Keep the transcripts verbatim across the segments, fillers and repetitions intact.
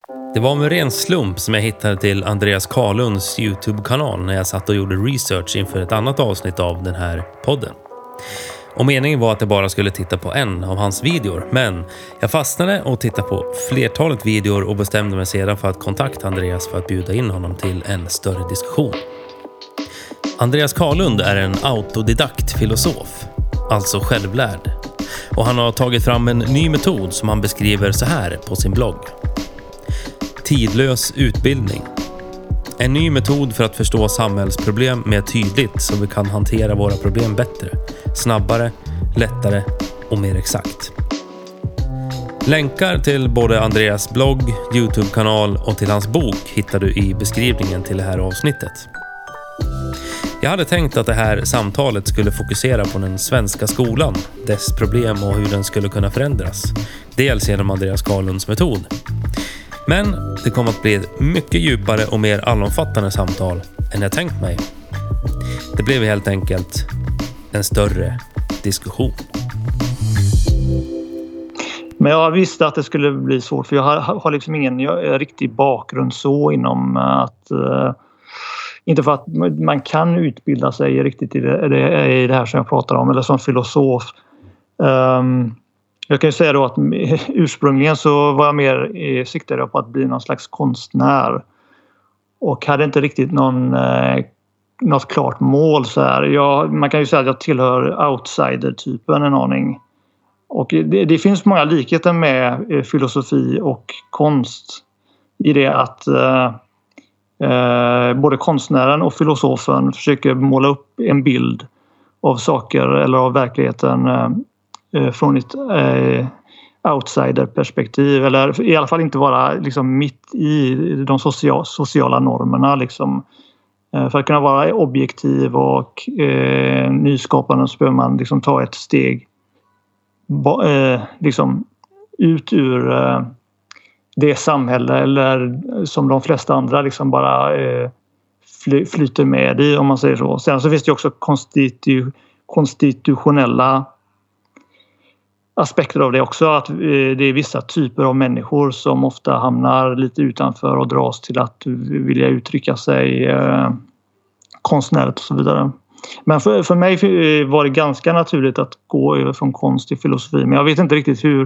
Det var med ren slump som jag hittade till Andreas Karlunds YouTube-kanal när jag satt och gjorde research inför ett annat avsnitt av den här podden. Och meningen var att jag bara skulle titta på en av hans videor, men jag fastnade och tittade på flertalet videor och bestämde mig sedan för att kontakta Andreas för att bjuda in honom till en större diskussion. Andreas Karlund är en autodidakt filosof, alltså självlärd. Och han har tagit fram en ny metod som han beskriver så här på sin blogg. Tidlös utbildning. En ny metod för att förstå samhällsproblem mer tydligt så vi kan hantera våra problem bättre, snabbare, lättare och mer exakt. Länkar till både Andreas blogg, YouTube-kanal och till hans bok hittar du i beskrivningen till det här avsnittet. Jag hade tänkt att det här samtalet skulle fokusera på den svenska skolan, dess problem och hur den skulle kunna förändras. Dels genom Andreas Karlunds metod. Men det kommer att bli ett mycket djupare och mer allomfattande samtal än jag tänkt mig. Det blev helt enkelt en större diskussion. Men jag visste att det skulle bli svårt, för jag har, har liksom ingen jag, riktig bakgrund så inom att... Uh, inte för att man kan utbilda sig riktigt i det, i det här som jag pratar om, eller som filosof. Um, jag kan ju säga då att ursprungligen så var jag mer siktade på att bli någon slags konstnär. Och hade inte riktigt någon, eh, något klart mål så här. Jag, man kan ju säga att jag tillhör outsider-typen en aning. Och det, det finns många likheter med filosofi och konst i det att eh, eh, både konstnären och filosofen försöker måla upp en bild av saker eller av verkligheten eh, från ett eh, outsider-perspektiv, eller i alla fall inte vara liksom mitt i de social, sociala normerna liksom. För att kunna vara objektiv och eh, nyskapande så behöver man liksom ta ett steg ba, eh, liksom ut ur eh, det samhälle eller som de flesta andra liksom bara eh, fly, flyter med i, om man säger så. Sen så finns det också konstitu, konstitutionella aspekter av det också, att det är vissa typer av människor som ofta hamnar lite utanför och dras till att vilja uttrycka sig eh, konstnärligt och så vidare. Men för, för mig var det ganska naturligt att gå över från konst till filosofi, men jag vet inte riktigt hur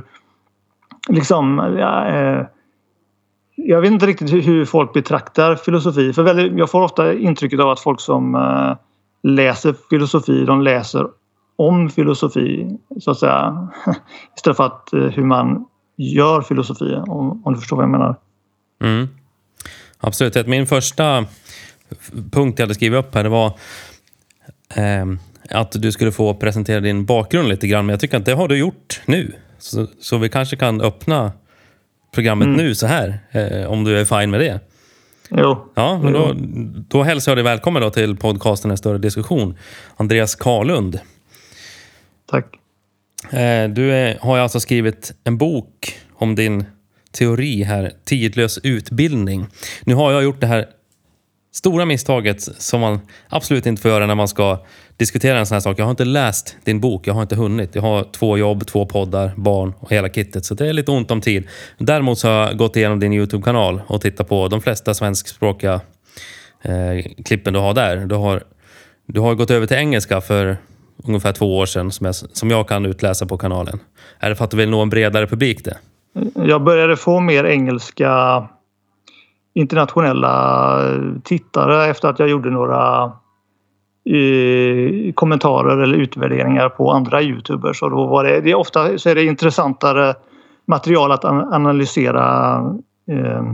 liksom ja, eh, jag vet inte riktigt hur, hur folk betraktar filosofi, för väldigt, jag får ofta intrycket av att folk som eh, läser filosofi, de läser om filosofi så att säga, istället för att hur man gör filosofi, om, om du förstår vad jag menar. Mm. Absolut. Min första punkt jag hade skrivit upp här, det var eh, att du skulle få presentera din bakgrund lite grann, men jag tycker att det har du gjort nu, så, så vi kanske kan öppna programmet mm. nu så här, eh, om du är fine med det. Jo. Ja, men då, då hälsar jag dig välkommen då till podcasten En större diskussion, Andreas Karlund. Tack. Du är, har alltså skrivit en bok om din teori här, tidlös utbildning. Nu har jag gjort det här stora misstaget som man absolut inte får göra när man ska diskutera en sån här sak. Jag har inte läst din bok, jag har inte hunnit. Jag har två jobb, två poddar, barn och hela kittet, så det är lite ont om tid. Däremot så har jag gått igenom din YouTube-kanal och tittat på de flesta svenskspråkiga eh, klippen du har där. Du har, du har gått över till engelska för ungefär två år sedan som jag, som jag kan utläsa på kanalen. Är det för att du vill nå en bredare publik det? Jag började få mer engelska internationella tittare efter att jag gjorde några eh, kommentarer eller utvärderingar på andra YouTubers. Och då var det, det är ofta så är det intressantare material att analysera eh,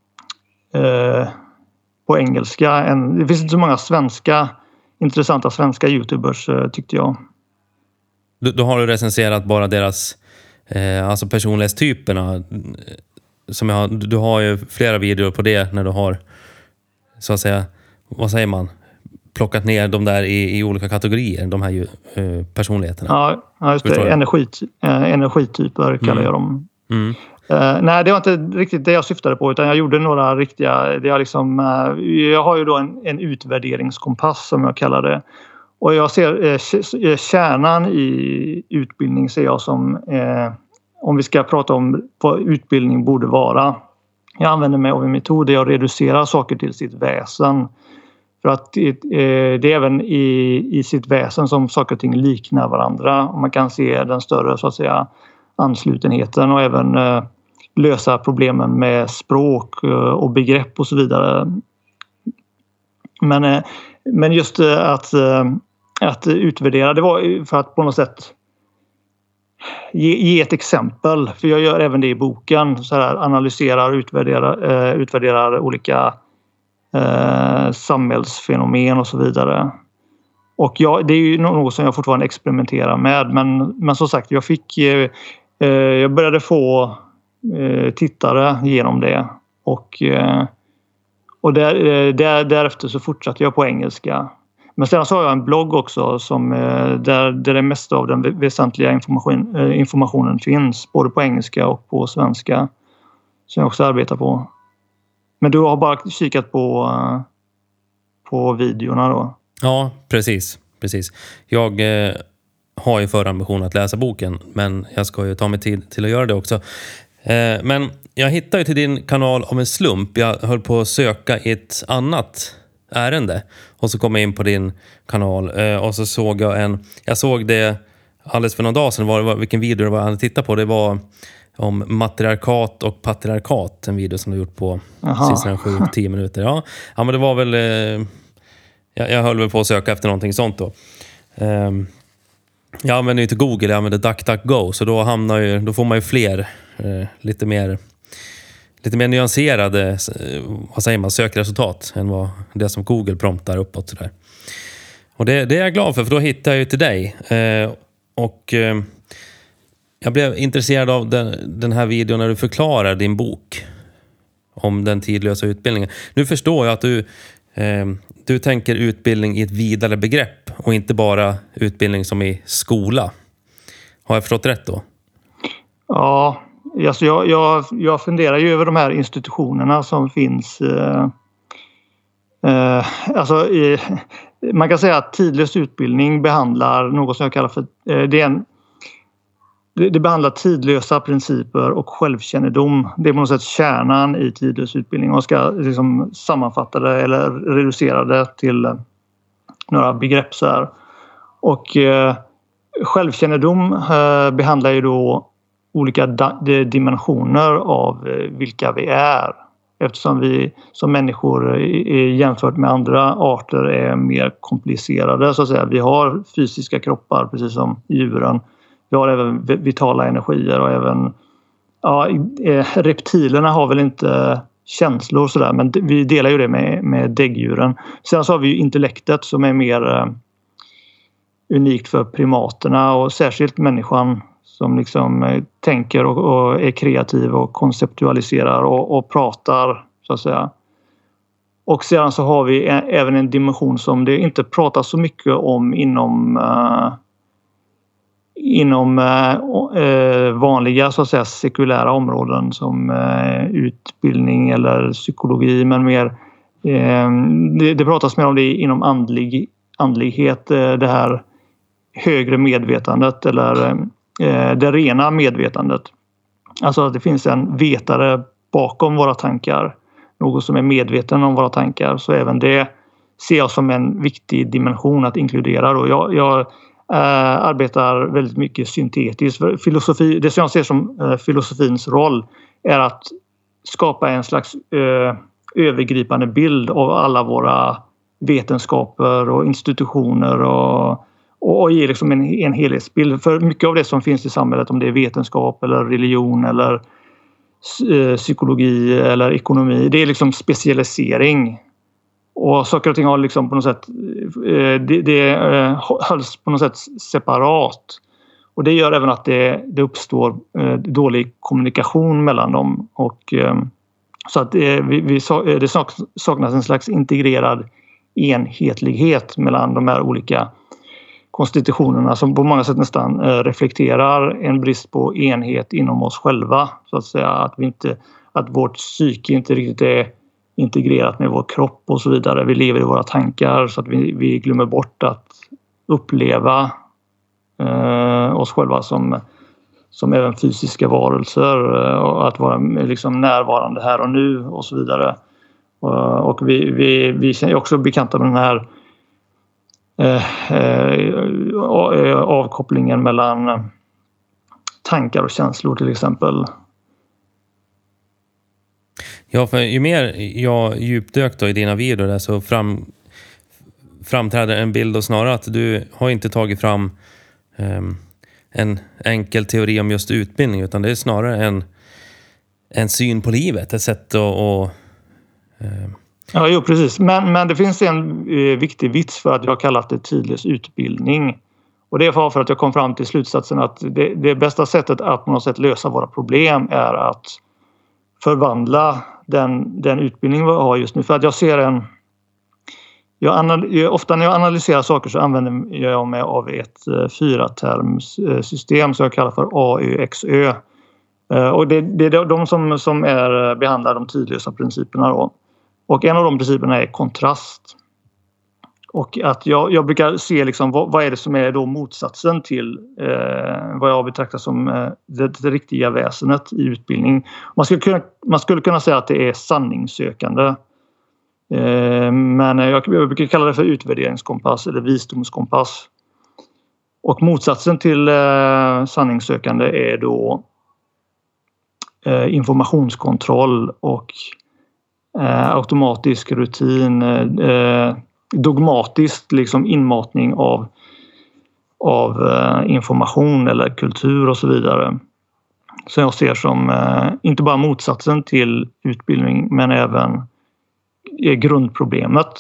eh, på engelska. Än, det finns inte så många svenska intressanta svenska YouTubers, tyckte jag. Då, då har du recenserat bara deras eh, alltså personlighetstyperna. Som jag har, du har ju flera videor på det när du har, så att säga, vad säger man, plockat ner dem där i, i olika kategorier, de här ju, eh, personligheterna. Ja, just det. Energity, eh, energityper kallar mm. jag dem. Mm. Uh, nej, det var inte riktigt det jag syftade på, utan jag gjorde några riktiga, det är liksom, uh, jag har ju då en, en utvärderingskompass som jag kallar det, och jag ser uh, kärnan i utbildning ser jag som uh, om vi ska prata om vad utbildning borde vara, jag använder mig av en metod där jag reducerar saker till sitt väsen. För att det, det är även i, i sitt väsen som saker och ting liknar varandra. Och man kan se den större så att säga anslutenheten och även eh, lösa problemen med språk och begrepp och så vidare. Men, eh, men just eh, att, eh, att utvärdera, det var för att på något sätt ge, ge ett exempel. För jag gör även det i boken. Så här, analyserar, utvärderar, eh, utvärderar olika eh, samhällsfenomen och så vidare. Och jag, det är ju något som jag fortfarande experimenterar med. Men, men som sagt, jag fick eh, jag började få eh, tittare genom det. Och, eh, och där, där, därefter så fortsatte jag på engelska. Men sen så har jag en blogg också som, eh, där, där det mesta av den väsentliga information, eh, informationen finns. Både på engelska och på svenska. Som jag också arbetar på. Men du har bara kikat på, eh, på videorna då? Ja, precis. precis. Jag eh, har ju för ambition att läsa boken. Men jag ska ju ta mig tid till att göra det också. Eh, men jag hittade ju till din kanal av en slump. Jag höll på att söka i ett annat ärende. Och så kom jag in på din kanal. Eh, och så såg jag en... Jag såg det alldeles för några dagar sedan. Var, var, vilken video det var jag hade tittat på. Det var om matriarkat och patriarkat. En video som du gjort på sista sju till tio minuter. Ja, ja men det var väl... Eh, jag, jag höll väl på att söka efter någonting sånt då. Eh, jag använder ju inte Google. Jag använder DuckDuckGo. Så då hamnar ju... Då får man ju fler... Eh, lite mer... Lite mer nyanserade, vad säger man, sökresultat än vad det som Google promptar uppåt. Sådär. Och det, det är jag glad för, för då hittar jag ju till dig. Eh, och eh, jag blev intresserad av den, den här videon när du förklarar din bok om den tidlösa utbildningen. Nu förstår jag att du, eh, du tänker utbildning i ett vidare begrepp och inte bara utbildning som i skola. Har jag förstått rätt då? Ja. Alltså jag, jag, jag funderar ju över de här institutionerna som finns. Eh, eh, alltså, eh, man kan säga att tidlös utbildning behandlar något som jag kallar för... Eh, det, är en, det, det behandlar tidlösa principer och självkännedom. Det är på något sätt kärnan i tidlös utbildning. Man ska liksom sammanfatta det eller reducera det till några begrepp så här. Och eh, självkännedom eh, behandlar ju då olika dimensioner av vilka vi är. Eftersom vi som människor jämfört med andra arter är mer komplicerade så att säga. Vi har fysiska kroppar precis som djuren. Vi har även vitala energier och även ja, reptilerna har väl inte känslor sådär, men vi delar ju det med, med däggdjuren. Sen så har vi ju intellektet som är mer unikt för primaterna och särskilt människan som liksom tänker och, och är kreativ och konceptualiserar och, och pratar så att säga. Och sedan så har vi en, även en dimension som det inte pratas så mycket om inom uh, inom uh, vanliga så att säga sekulära områden som uh, utbildning eller psykologi, men mer uh, det, det pratas mer om det inom andlig, andlighet, uh, det här högre medvetandet eller uh, det rena medvetandet. Alltså att det finns en vetare bakom våra tankar. Något som är medveten om våra tankar. Så även det ser jag som en viktig dimension att inkludera. Och jag jag äh, arbetar väldigt mycket syntetiskt. För filosofi, det som jag ser som äh, filosofins roll är att skapa en slags äh, övergripande bild av alla våra vetenskaper och institutioner och Och ge liksom en, en helhetsbild. För mycket av det som finns i samhället, om det är vetenskap eller religion eller eh, psykologi eller ekonomi, det är liksom specialisering. Och saker och ting har liksom på något sätt, eh, det, det eh, hålls på något sätt separat. Och det gör även att det, det uppstår eh, dålig kommunikation mellan dem. Och, eh, så att eh, vi, vi, det saknas en slags integrerad enhetlighet mellan de här olika konstitutionerna som på många sätt nästan reflekterar en brist på enhet inom oss själva. Så att säga att, vi inte, att vårt psyke inte riktigt är integrerat med vår kropp och så vidare. Vi lever i våra tankar så att vi, vi glömmer bort att uppleva eh, oss själva som som även fysiska varelser och att vara liksom närvarande här och nu och så vidare. Och vi, vi, vi är också bekanta med den här eh, eh, avkopplingen mellan tankar och känslor till exempel. Ja, för ju mer jag djupdök då i dina videor där så fram, framträder en bild och snarare att du har inte tagit fram um, en enkel teori om just utbildning, utan det är snarare en, en syn på livet, ett sätt att... Och, uh... Ja, jo, precis. Men, men det finns en eh, viktig vits för att jag har kallat det tidlös utbildning. Och det är för att jag kom fram till slutsatsen att det, det bästa sättet att på något sätt lösa våra problem är att förvandla den, den utbildning vi har just nu. För att jag ser en... Jag anal- ofta när jag analyserar saker så använder jag mig av ett uh, fyratermssystem som jag kallar för A Ö X Ö. Uh, och det, det är de som, som är, behandlar de tidlösa principerna då. Och en av de principerna är kontrast. Och att jag, jag brukar se liksom vad, vad är det som är då motsatsen till eh, vad jag betraktar som eh, det, det riktiga väsenet i utbildning. Man skulle kunna, man skulle kunna säga att det är sanningssökande. Eh, men jag, jag brukar kalla det för utvärderingskompass eller visdomskompass. Och motsatsen till eh, sanningssökande är då eh, informationskontroll och eh, automatisk rutin, eh, dogmatiskt liksom inmatning av, av eh, information eller kultur och så vidare. Så jag ser som eh, inte bara motsatsen till utbildning men även eh, grundproblemet.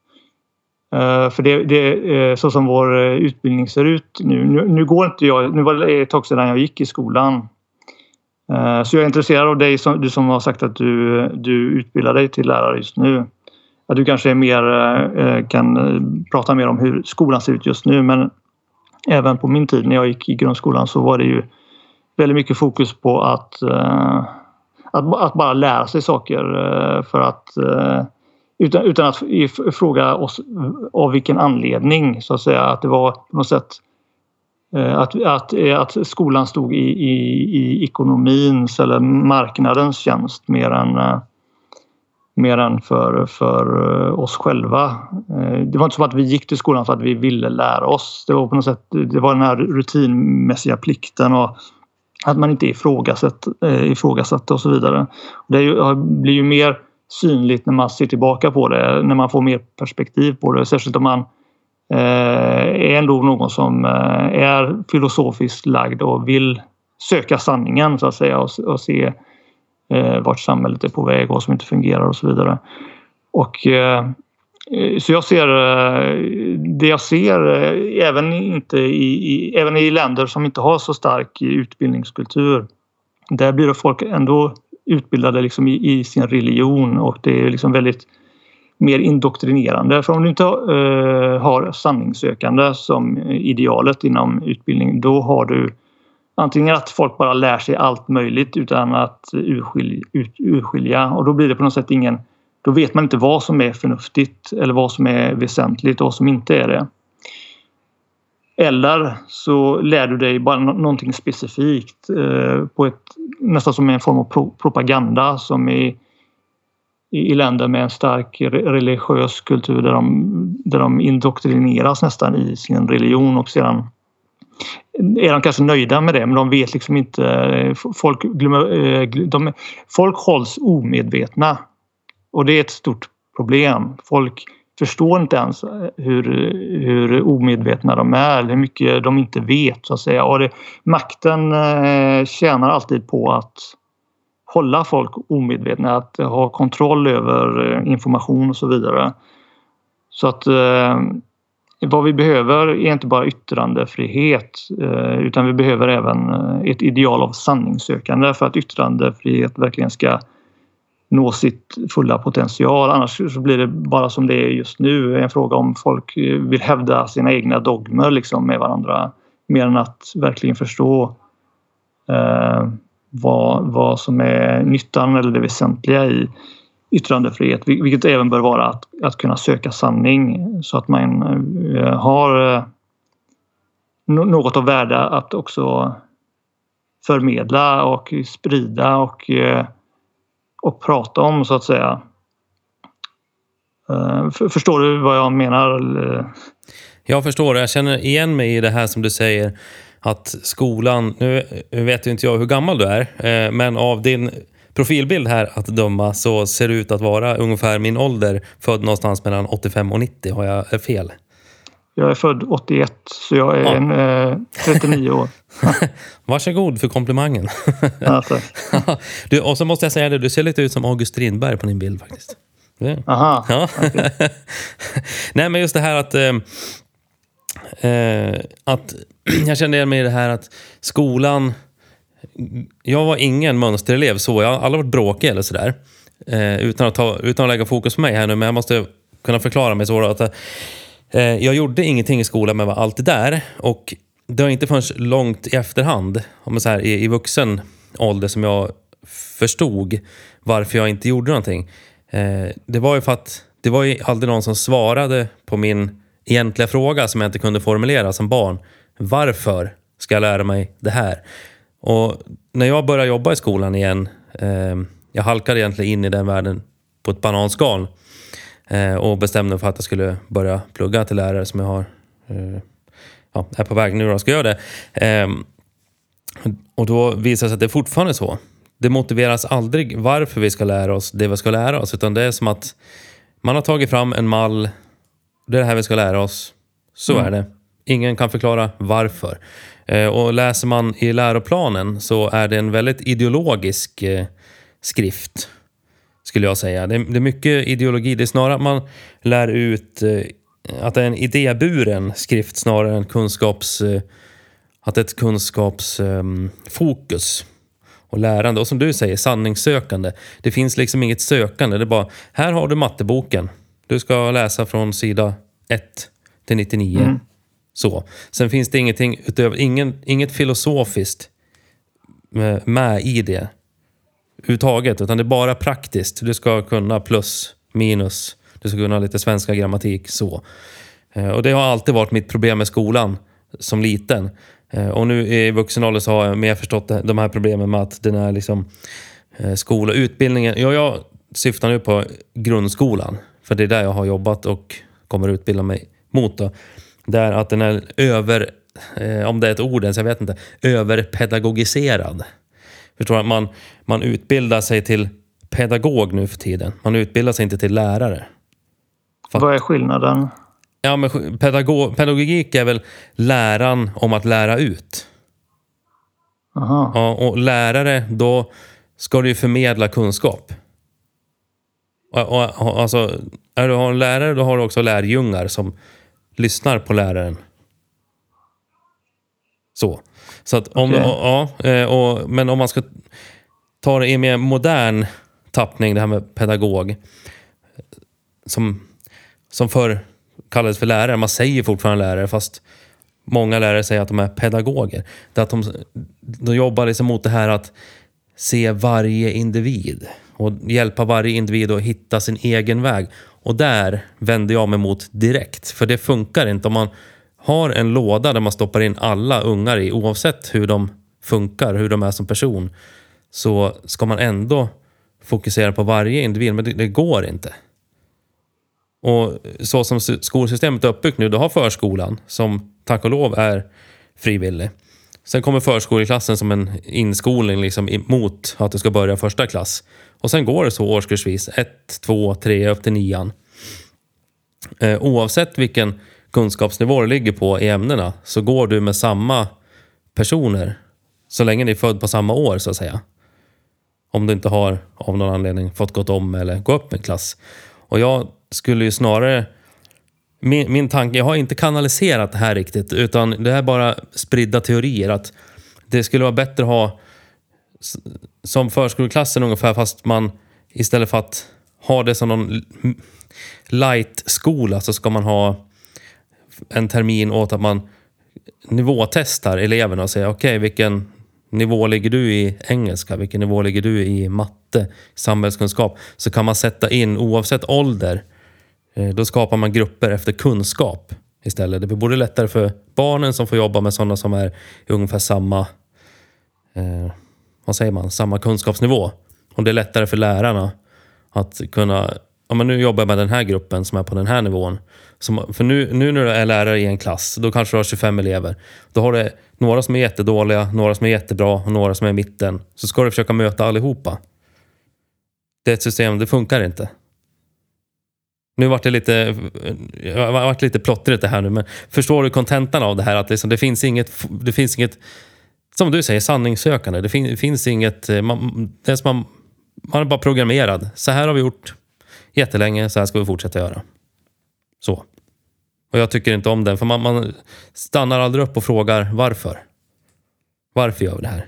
Eh, för det, det eh, så som vår utbildning ser ut nu, nu, nu går inte jag, nu var det ett tag sedan jag gick i skolan. Eh, så jag är intresserad av dig som, du som har sagt att du, du utbildar dig till lärare just nu. Att du kanske är mer, eh, kan prata mer om hur skolan ser ut just nu, men även på min tid när jag gick i grundskolan så var det ju väldigt mycket fokus på att, eh, att, att bara lära sig saker eh, för att eh, utan, utan att fråga oss av vilken anledning så att säga, att det var på något sätt eh, att, att, att skolan stod i, i, i ekonomins eller marknadens tjänst mer än eh, mer än för, för oss själva. Det var inte som att vi gick till skolan för att vi ville lära oss. Det var på något sätt, det var den här rutinmässiga plikten och att man inte ifrågasatte, ifrågasatte och så vidare. Det blir ju mer synligt när man ser tillbaka på det, när man får mer perspektiv på det. Särskilt om man är ändå någon som är filosofiskt lagd och vill söka sanningen så att säga och, och se Eh, vart samhället är på väg och vad som inte fungerar och så vidare. Och eh, så jag ser eh, det jag ser eh, även inte i, i även i länder som inte har så stark utbildningskultur. Där blir det folk ändå utbildade liksom i, i sin religion och det är liksom väldigt mer indoktrinerande. För om du inte eh, har sanningssökande som idealet inom utbildning, då har du antingen att folk bara lär sig allt möjligt utan att urskilja, urskilja. Och då blir det på något sätt ingen... Då vet man inte vad som är förnuftigt eller vad som är väsentligt och vad som inte är det. Eller så lär du dig bara någonting specifikt eh, på ett nästan som en form av pro- propaganda som i, i länder med en stark religiös kultur där de, där de indoktrineras nästan i sin religion och sedan är de kanske nöjda med det, men de vet liksom inte, folk glömmer, de, folk hålls omedvetna och det är ett stort problem. Folk förstår inte ens hur, hur omedvetna de är, hur mycket de inte vet så att säga. Och det, makten tjänar alltid på att hålla folk omedvetna, att ha kontroll över information och så vidare. Så att vad vi behöver är inte bara yttrandefrihet utan vi behöver även ett ideal av sanningssökande för att yttrandefrihet verkligen ska nå sitt fulla potential. Annars så blir det bara som det är just nu, en fråga om folk vill hävda sina egna dogmer liksom med varandra mer än att verkligen förstå eh, vad, vad som är nyttan eller det väsentliga i yttrandefrihet, vilket även bör vara att, att kunna söka sanning så att man eh, har eh, något av värde att också förmedla och sprida och, och prata om, så att säga. Förstår du vad jag menar? Jag förstår det. Jag känner igen mig i det här som du säger, att skolan, nu vet ju inte jag hur gammal du är, men av din profilbild här att döma så ser det ut att vara ungefär min ålder, född någonstans mellan åttiofem och nittio. Har jag fel? Jag är född åttioett, så jag är ja. en, eh, trettionio år. Varsågod för komplimangen. Alltså. Du, och så måste jag säga det, du ser lite ut som August Strindberg på din bild faktiskt. Aha, ja. Okay. Nej, men just det här att eh, eh, att jag kände igen mig i det här att skolan, jag var ingen mönsterelev så, jag har aldrig varit bråkig eller sådär, eh, utan, att ta, utan att lägga fokus på mig här nu, men jag måste kunna förklara mig så att eh, jag gjorde ingenting i skolan men var alltid där, och det var inte förrän långt i efterhand, om man så här, i, i vuxen ålder som jag förstod varför jag inte gjorde någonting. Eh, det var ju för att det var ju aldrig någon som svarade på min egentliga fråga som jag inte kunde formulera som barn. Varför ska jag lära mig det här? Och när jag började jobba i skolan igen, eh, jag halkade egentligen in i den världen på ett bananskal eh, och bestämde för att jag skulle börja plugga till lärare som jag har eh, ja, är på väg nu och ska göra det. Eh, och då visar det sig att det är fortfarande så. Det motiveras aldrig varför vi ska lära oss det vi ska lära oss, utan det är som att man har tagit fram en mall, det är det här vi ska lära oss, så mm. är det. Ingen kan förklara varför. Eh, och läser man i läroplanen så är det en väldigt ideologisk eh, skrift, skulle jag säga. Det är, det är mycket ideologi, det är snarare att man lär ut eh, att det är en idéburen skrift snarare än kunskaps, eh, att det är ett kunskapsfokus. Eh, och lärande, och som du säger, sanningssökande. Det finns liksom inget sökande, det är bara, här har du matteboken. Du ska läsa från sida ett till nittionio. Mm. Så. Sen finns det ingenting utöver, ingen, inget filosofiskt med, med i det uttaget, utan det är bara praktiskt. Du ska kunna plus, minus, du ska kunna lite svenska grammatik, så. Och det har alltid varit mitt problem med skolan som liten. Och nu i vuxen ålder så har jag mer förstått de här problemen med att den är liksom skola, utbildningen. Ja, jag syftar nu på grundskolan, för det är där jag har jobbat och kommer utbilda mig mot då. Där att den är över, eh, om det är ett ord ens, jag vet inte, överpedagogiserad. Förstår du? Man, man utbildar sig till pedagog nu för tiden. Man utbildar sig inte till lärare. För vad är skillnaden? Ja, men pedagog, pedagogik är väl läran om att lära ut. Aha. Ja, och lärare, då ska du ju förmedla kunskap. Och, och, och, alltså, när du har en lärare, då har du också lärjungar som lyssnar på läraren. Så. Så att om okay. ja, och, men om man ska ta det i mer modern tappning, det här med pedagog, som, som förr kallades för lärare. Man säger fortfarande lärare, fast många lärare säger att de är pedagoger. Det är att de, de jobbar liksom mot det här att se varje individ och hjälpa varje individ att hitta sin egen väg. Och där vänder jag mig mot direkt. För det funkar inte om man har en låda där man stoppar in alla ungar i, oavsett hur de funkar, hur de är som person, så ska man ändå fokusera på varje individ. Men det, det går inte. Och så som skolsystemet är uppbyggt nu, då har förskolan, som tack och lov är frivillig. Sen kommer förskoleklassen som en inskolning liksom mot att du ska börja första klass. Och sen går det så årskursvis, ett, två, tre, upp till nian. Eh, oavsett vilken kunskapsnivå du ligger på i ämnena, så går du med samma personer så länge ni är född på samma år, så att säga. Om du inte har av någon anledning fått gått om eller gå upp en klass. Och jag skulle ju snarare, min, min tanke, jag har inte kanaliserat det här riktigt, utan det är bara spridda teorier, att det skulle vara bättre att ha som förskoleklassen ungefär, fast man istället för att ha det som någon light-skola, så ska man ha en termin åt att man nivåtestar eleverna och säger okej, okay, vilken nivå ligger du i engelska, vilken nivå ligger du i matte, samhällskunskap, så kan man sätta in oavsett ålder. Då skapar man grupper efter kunskap istället. Det blir både lättare för barnen som får jobba med sådana som är i ungefär samma eh, vad säger man, samma kunskapsnivå. Och det är lättare för lärarna att kunna, ja men nu jobbar jag med den här gruppen som är på den här nivån. Som, för nu, nu när du är lärare i en klass, då kanske du har tjugofem elever. Då har du några som är jättedåliga, några som är jättebra och några som är i mitten. Så ska du försöka möta allihopa. Det är ett system, det funkar inte. Nu vart det lite jag vart lite plottrigt det här nu, men förstår du kontentan av det här att liksom, det finns inget det finns inget som du säger sanningssökande. Det fin, finns inget man, det är som man, man är bara programmerad. Så här har vi gjort jättelänge, så här ska vi fortsätta göra. Så. Och jag tycker inte om den, för man, man stannar aldrig upp och frågar varför. Varför gör vi det här?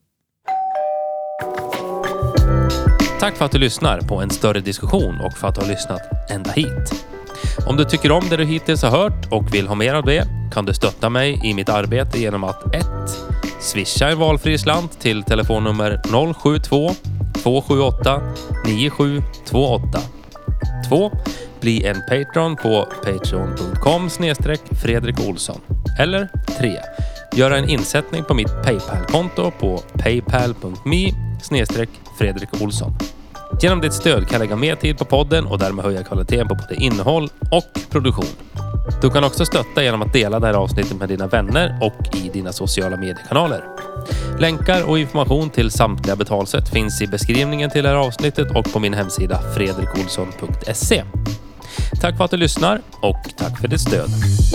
Tack för att du lyssnar på en större diskussion och för att du har lyssnat ända hit. Om du tycker om det du hittills har hört och vill ha mer av det kan du stötta mig i mitt arbete genom att ett Swisha en valfri slant till telefonnummer noll sju två två sju åtta nio sju två åtta. två Bli en patron på patreon punkt com snedstreck Fredrik Olsson. Eller tre Göra en insättning på mitt PayPal-konto på paypal punkt me snedstreck Fredrik Olsson. Genom ditt stöd kan jag lägga mer tid på podden och därmed höja kvaliteten på både innehåll och produktion. Du kan också stötta genom att dela det här avsnittet med dina vänner och i dina sociala mediekanaler. Länkar och information till samtliga betalsätt finns i beskrivningen till det här avsnittet och på min hemsida fredrik olsson punkt se. Tack för att du lyssnar och tack för ditt stöd.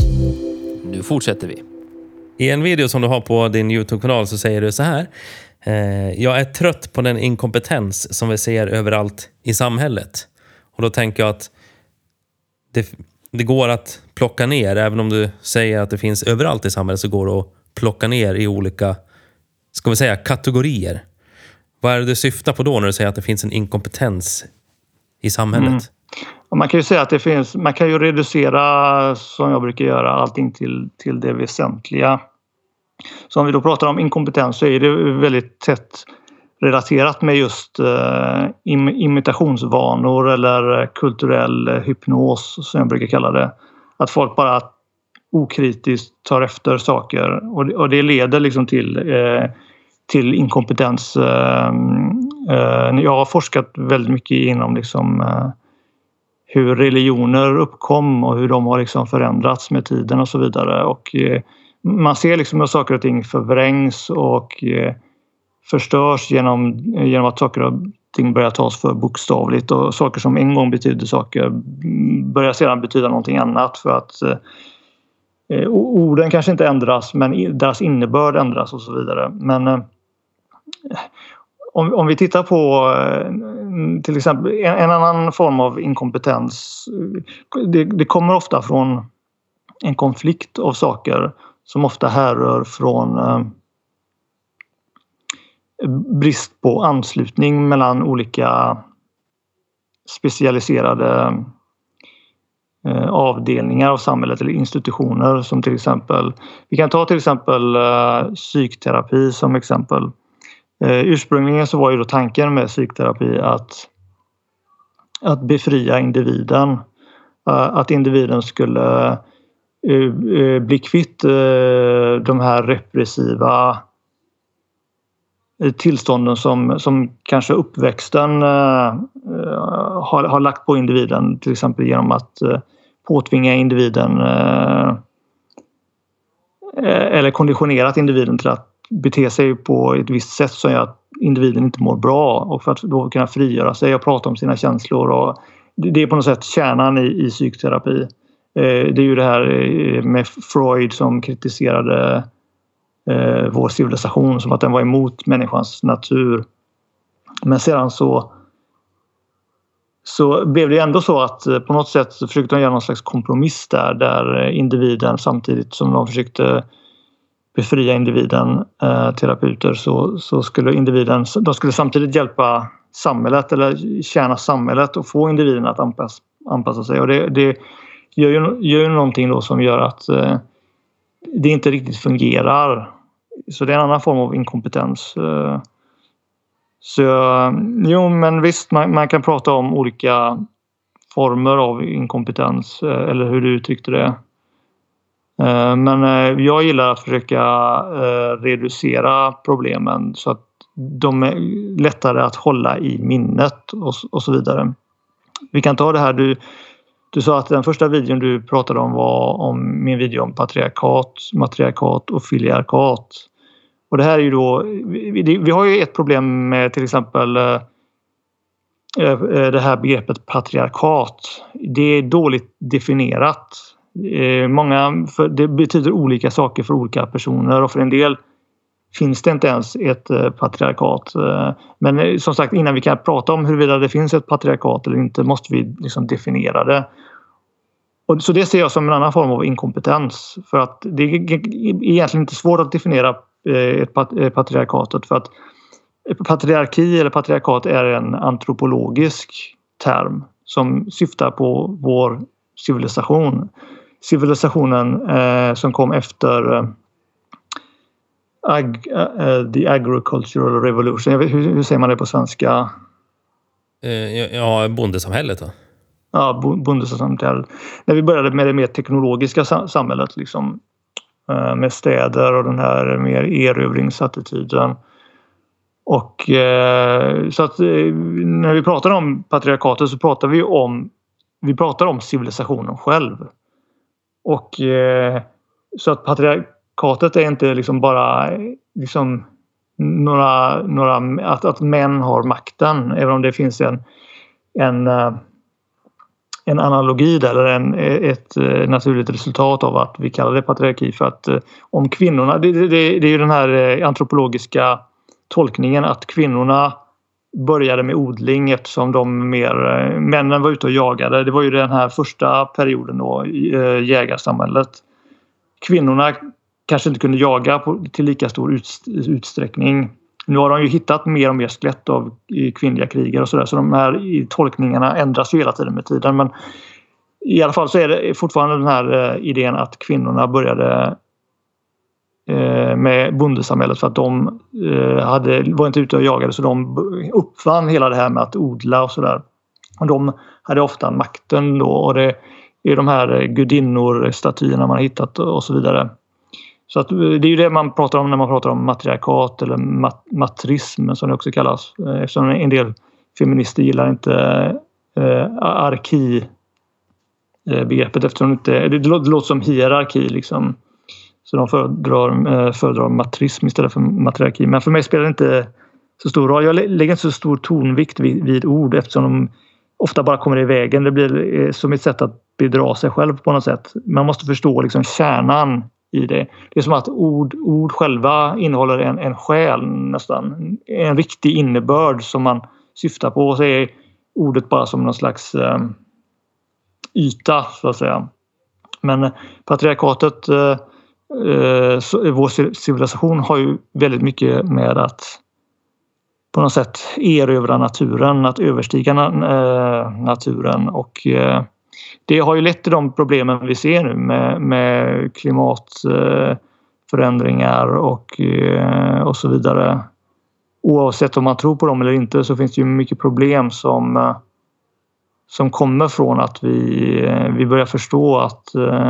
Nu fortsätter vi. I en video som du har på din YouTube-kanal så säger du så här: eh, jag är trött på den inkompetens som vi ser överallt i samhället. Och då tänker jag att det, det går att plocka ner, även om du säger att det finns överallt i samhället, så går det att plocka ner i olika, ska vi säga, kategorier. Vad är det du syftar på då när du säger att det finns en inkompetens i samhället? Mm. Man kan ju säga att det finns, man kan ju reducera, som jag brukar göra, allting till, till det väsentliga. Så om vi då pratar om inkompetens så är det väldigt tätt relaterat med just eh, im- imitationsvanor eller kulturell hypnos, som jag brukar kalla det. Att folk bara okritiskt tar efter saker, och det, och det leder liksom till, eh, till inkompetens. Eh, eh, jag har forskat väldigt mycket inom liksom, eh, hur religioner uppkom och hur de har liksom förändrats med tiden och så vidare. Och eh, man ser liksom att saker och ting förvrängs och eh, förstörs genom, genom att saker och ting börjar tas för bokstavligt, och saker som en gång betydde saker börjar sedan betyda någonting annat, för att eh, orden kanske inte ändras, men deras innebörd ändras och så vidare. Men eh, om, om vi tittar på eh, till exempel en, en annan form av inkompetens, det, det kommer ofta från en konflikt av saker som ofta härrör från eh, brist på anslutning mellan olika specialiserade eh, avdelningar av samhället eller institutioner, som till exempel, vi kan ta till exempel eh, psykterapi som exempel. Eh, ursprungligen så var ju då tanken med psykterapi att, att befria individen, eh, att individen skulle eh, bli kvitt eh, de här repressiva tillstånden som, som kanske uppväxten uh, har, har lagt på individen, till exempel genom att uh, påtvinga individen uh, eller konditionerat individen till att bete sig på ett visst sätt som gör att individen inte mår bra, och för att då kunna frigöra sig och prata om sina känslor. Och det är på något sätt kärnan i, i psykterapi. Uh, det är ju det här med Freud som kritiserade Eh, vår civilisation som att den var emot människans natur. Men sedan så så blev det ändå så att eh, på något sätt så försökte de göra någon slags kompromiss där, där individen, samtidigt som de försökte befria individen, eh, terapeuter, så, så skulle individen, de skulle samtidigt hjälpa samhället eller tjäna samhället och få individen att anpassa, anpassa sig, och det, det gör ju, gör ju någonting då som gör att eh, det inte riktigt fungerar. Så det är en annan form av inkompetens. Så jo, men visst, man, man kan prata om olika former av inkompetens, eller hur du uttryckte det. Men jag gillar att försöka reducera problemen så att de är lättare att hålla i minnet och, och så vidare. Vi kan ta det här, du, du sa att den första videon du pratade om var om min video om patriarkat, matriarkat och filiarkat. Och det här är ju då, vi, vi har ju ett problem med till exempel det här begreppet patriarkat. Det är dåligt definierat. Många, för det betyder olika saker för olika personer och för en del finns det inte ens ett patriarkat. Men som sagt, innan vi kan prata om huruvida det finns ett patriarkat eller inte måste vi liksom definiera det. Och så det ser jag som en annan form av inkompetens. För att det är egentligen inte svårt att definiera ett patriarkatet. För att patriarki eller patriarkat är en antropologisk term som syftar på vår civilisation. Civilisationen eh, som kom efter eh, ag, uh, the agricultural revolution. Vet, hur, hur säger man det på svenska? Eh, ja, bondesamhället då? Ja, bondesamhället. När vi började med det mer teknologiska samhället liksom, eh, med städer och den här mer erövringsattityden. Och eh, så att eh, när vi pratar om patriarkatet så pratar vi om vi pratar om civilisationen själv. Och eh, så att patriarkatet är inte liksom bara liksom några, några att, att män har makten, även om det finns en en, en analogi där, eller en, ett naturligt resultat av att vi kallar det patriarki. För att om kvinnorna, det, det, det är ju den här antropologiska tolkningen att kvinnorna började med odling eftersom de mer, männen var ute och jagade. Det var ju den här första perioden då, jägarsamhället. Kvinnorna kanske inte kunde jaga på, till lika stor utsträckning. Nu har de ju hittat mer och mer skelett av kvinnliga krigare och sådär. Så de här tolkningarna ändras ju hela tiden med tiden. Men i alla fall så är det fortfarande den här idén att kvinnorna började med bondesamhället för att de hade, var inte ute och jagade, så de uppfann hela det här med att odla och sådär. Och de hade ofta makten då, och det är de här gudinnor, statyerna man har hittat och så vidare. Så att det är ju det man pratar om när man pratar om matriarkat eller mat- matrism som det också kallas. Eftersom en del feminister gillar inte eh, arki begreppet, eftersom det inte, det låter som hierarki liksom. Så de föredrar, föredrar matrism istället för matriarki. Men för mig spelar det inte så stor roll. Jag lägger inte så stor tonvikt vid, vid ord eftersom de ofta bara kommer i vägen. Det blir som ett sätt att bedra sig själv på något sätt. Man måste förstå liksom kärnan i det. Det är som att ord, ord själva innehåller en, en själ nästan. En riktig innebörd som man syftar på. Och så är ordet bara som någon slags eh, yta så att säga. Men patriarkatet... Eh, Så vår civilisation har ju väldigt mycket med att på något sätt erövra naturen, att överstiga naturen, och det har ju lett till de problemen vi ser nu med, med klimatförändringar och, och så vidare. Oavsett om man tror på dem eller inte så finns det ju mycket problem som, som kommer från att vi, vi börjar förstå att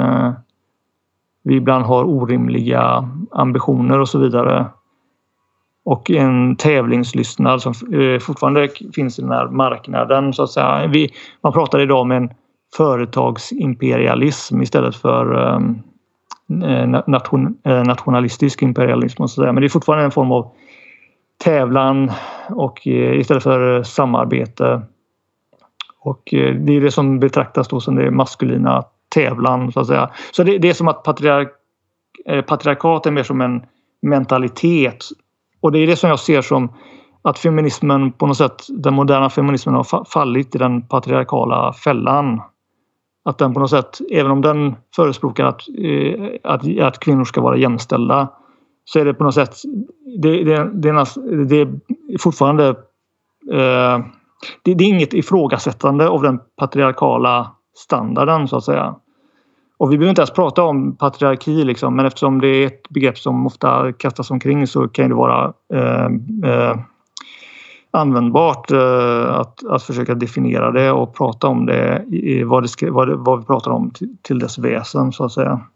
vi ibland har orimliga ambitioner och så vidare. Och en tävlingslystnad som fortfarande finns i den här marknaden så att säga. Vi, man pratar idag om en företagsimperialism istället för um, nation, nationalistisk imperialism och så där. Men det är fortfarande en form av tävlan och istället för samarbete. Och det är det som betraktas då som det maskulina tävlan så att säga. Så det, det är som att patriark, patriarkat är mer som en mentalitet, och det är det som jag ser som att feminismen på något sätt, den moderna feminismen har fallit i den patriarkala fällan. Att den på något sätt, även om den förespråkar att, att, att kvinnor ska vara jämställda, så är det på något sätt det, det, det, är, det är fortfarande eh, det, det är inget ifrågasättande av den patriarkala standarden så att säga. Och vi behöver inte ens prata om patriarki liksom, men eftersom det är ett begrepp som ofta kastas omkring så kan det vara eh, eh, användbart eh, att, att försöka definiera det och prata om det, i, vad, det ska, vad, det vad vi pratar om till, till dess väsen så att säga.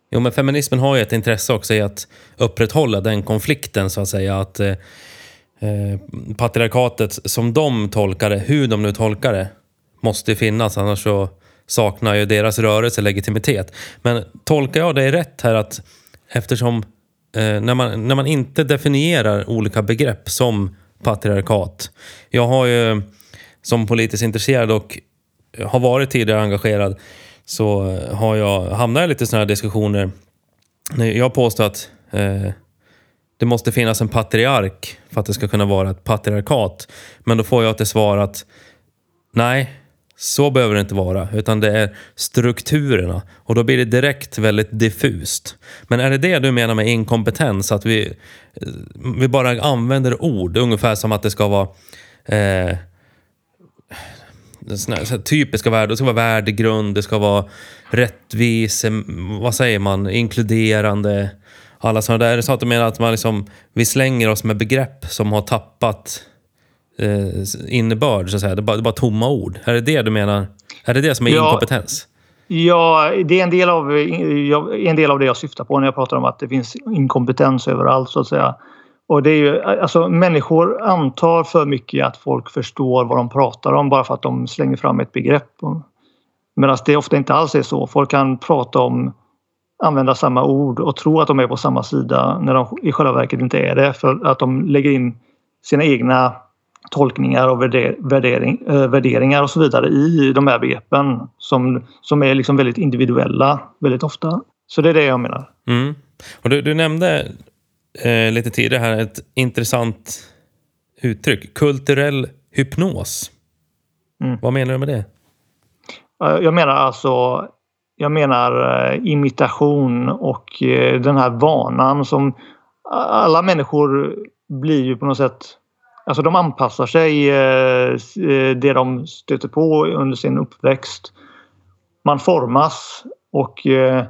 Jo, men feminismen har ju ett intresse också i att upprätthålla den konflikten, så att säga. Att eh, patriarkatet, som de tolkar det, hur de nu tolkar det, måste finnas. Annars så saknar ju deras rörelse legitimitet. Men tolkar jag det rätt här att eftersom eh, när, man, när man inte definierar olika begrepp som patriarkat. Jag har ju som politiskt intresserad och har varit tidigare engagerad, så har jag hamnat i lite sådana här diskussioner. Jag påstår att eh, det måste finnas en patriark för att det ska kunna vara ett patriarkat. Men då får jag till svar att nej, så behöver det inte vara. Utan det är strukturerna. Och då blir det direkt väldigt diffust. Men är det det du menar med inkompetens? Att vi, vi bara använder ord ungefär som att det ska vara... Eh, såna här typiska värden. Det ska vara värdegrund, det ska vara rättvis, vad säger man, inkluderande, alla sådana där. Är det så att du menar att man liksom, vi slänger oss med begrepp som har tappat eh, innebörd, så att säga. Det är, bara, det är bara tomma ord. Är det det du menar? Är det det som är ja, inkompetens? Ja, det är en del, av, en del av det jag syftar på när jag pratar om att det finns inkompetens överallt, så att säga. Och det är ju, alltså människor antar för mycket att folk förstår vad de pratar om bara för att de slänger fram ett begrepp. Medan det ofta inte alls är så. Folk kan prata om, använda samma ord och tro att de är på samma sida när de i själva verket inte är det. För att de lägger in sina egna tolkningar och värdering, äh, värderingar och så vidare i de här begreppen som, som är liksom väldigt individuella väldigt ofta. Så det är det jag menar. Mm. Och du, du nämnde... Eh, lite tidigare här ett intressant uttryck, kulturell hypnos. Mm. Vad menar du med det? Jag menar alltså jag menar imitation och den här vanan som alla människor blir ju på något sätt, alltså de anpassar sig det de stöter på under sin uppväxt. Man formas och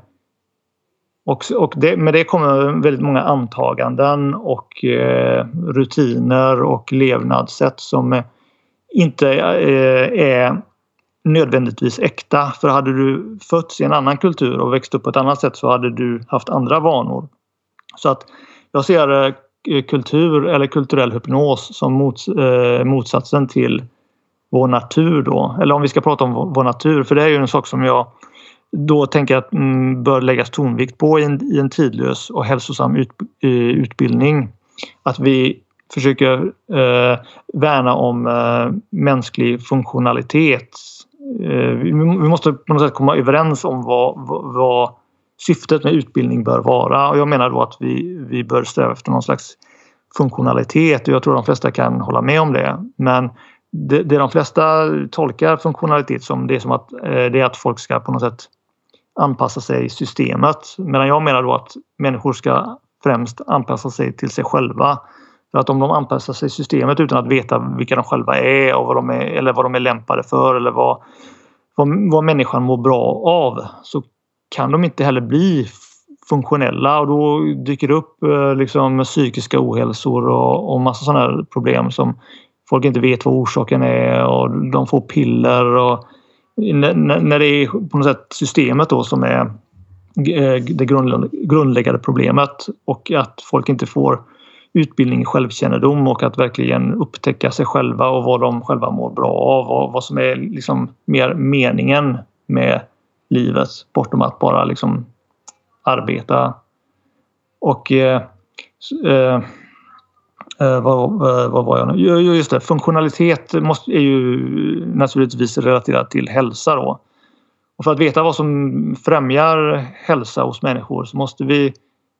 Och, och det, med det kommer väldigt många antaganden och eh, rutiner och levnadssätt som inte eh, är nödvändigtvis äkta. För hade du fötts i en annan kultur och växt upp på ett annat sätt så hade du haft andra vanor. Så att jag ser eh, kultur eller kulturell hypnos som mots, eh, motsatsen till vår natur då. Eller om vi ska prata om vår, vår natur, för det är ju en sak som jag då tänker jag att mm, bör läggas tonvikt på i en, i en tidlös och hälsosam ut, uh, utbildning. Att vi försöker uh, värna om uh, mänsklig funktionalitet. Uh, vi, vi måste på något sätt komma överens om vad, vad, vad syftet med utbildning bör vara. Och jag menar då att vi, vi bör sträva efter någon slags funktionalitet. Och jag tror de flesta kan hålla med om det. Men det, det de flesta tolkar funktionalitet som det är som att, uh, det är att folk ska på något sätt anpassa sig i systemet. Medan jag menar då att människor ska främst anpassa sig till sig själva. För att om de anpassar sig i systemet utan att veta vilka de själva är och vad de är, eller vad de är lämpade för eller vad, vad, vad människan mår bra av, så kan de inte heller bli funktionella, och då dyker det upp liksom psykiska ohälsor och, och massa sådana här problem som folk inte vet vad orsaken är, och de får piller och när det är på något sätt systemet då som är det grundläggande problemet, och att folk inte får utbildning i självkännedom och att verkligen upptäcka sig själva och vad de själva mår bra av och vad som är liksom mer meningen med livet bortom att bara liksom arbeta. Och eh, eh, Uh, vad, uh, vad var jag nu? Jo, just det. Funktionalitet måste, är ju naturligtvis relaterat till hälsa då. Och för att veta vad som främjar hälsa hos människor så måste vi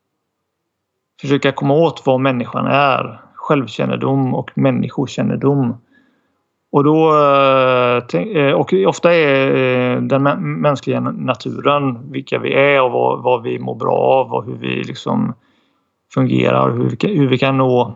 försöka komma åt vad människan är. Självkännedom och människokännedom. Och då, uh, och ofta är den mänskliga naturen vilka vi är och vad, vad vi mår bra av och hur vi liksom fungerar, hur vi, hur vi kan nå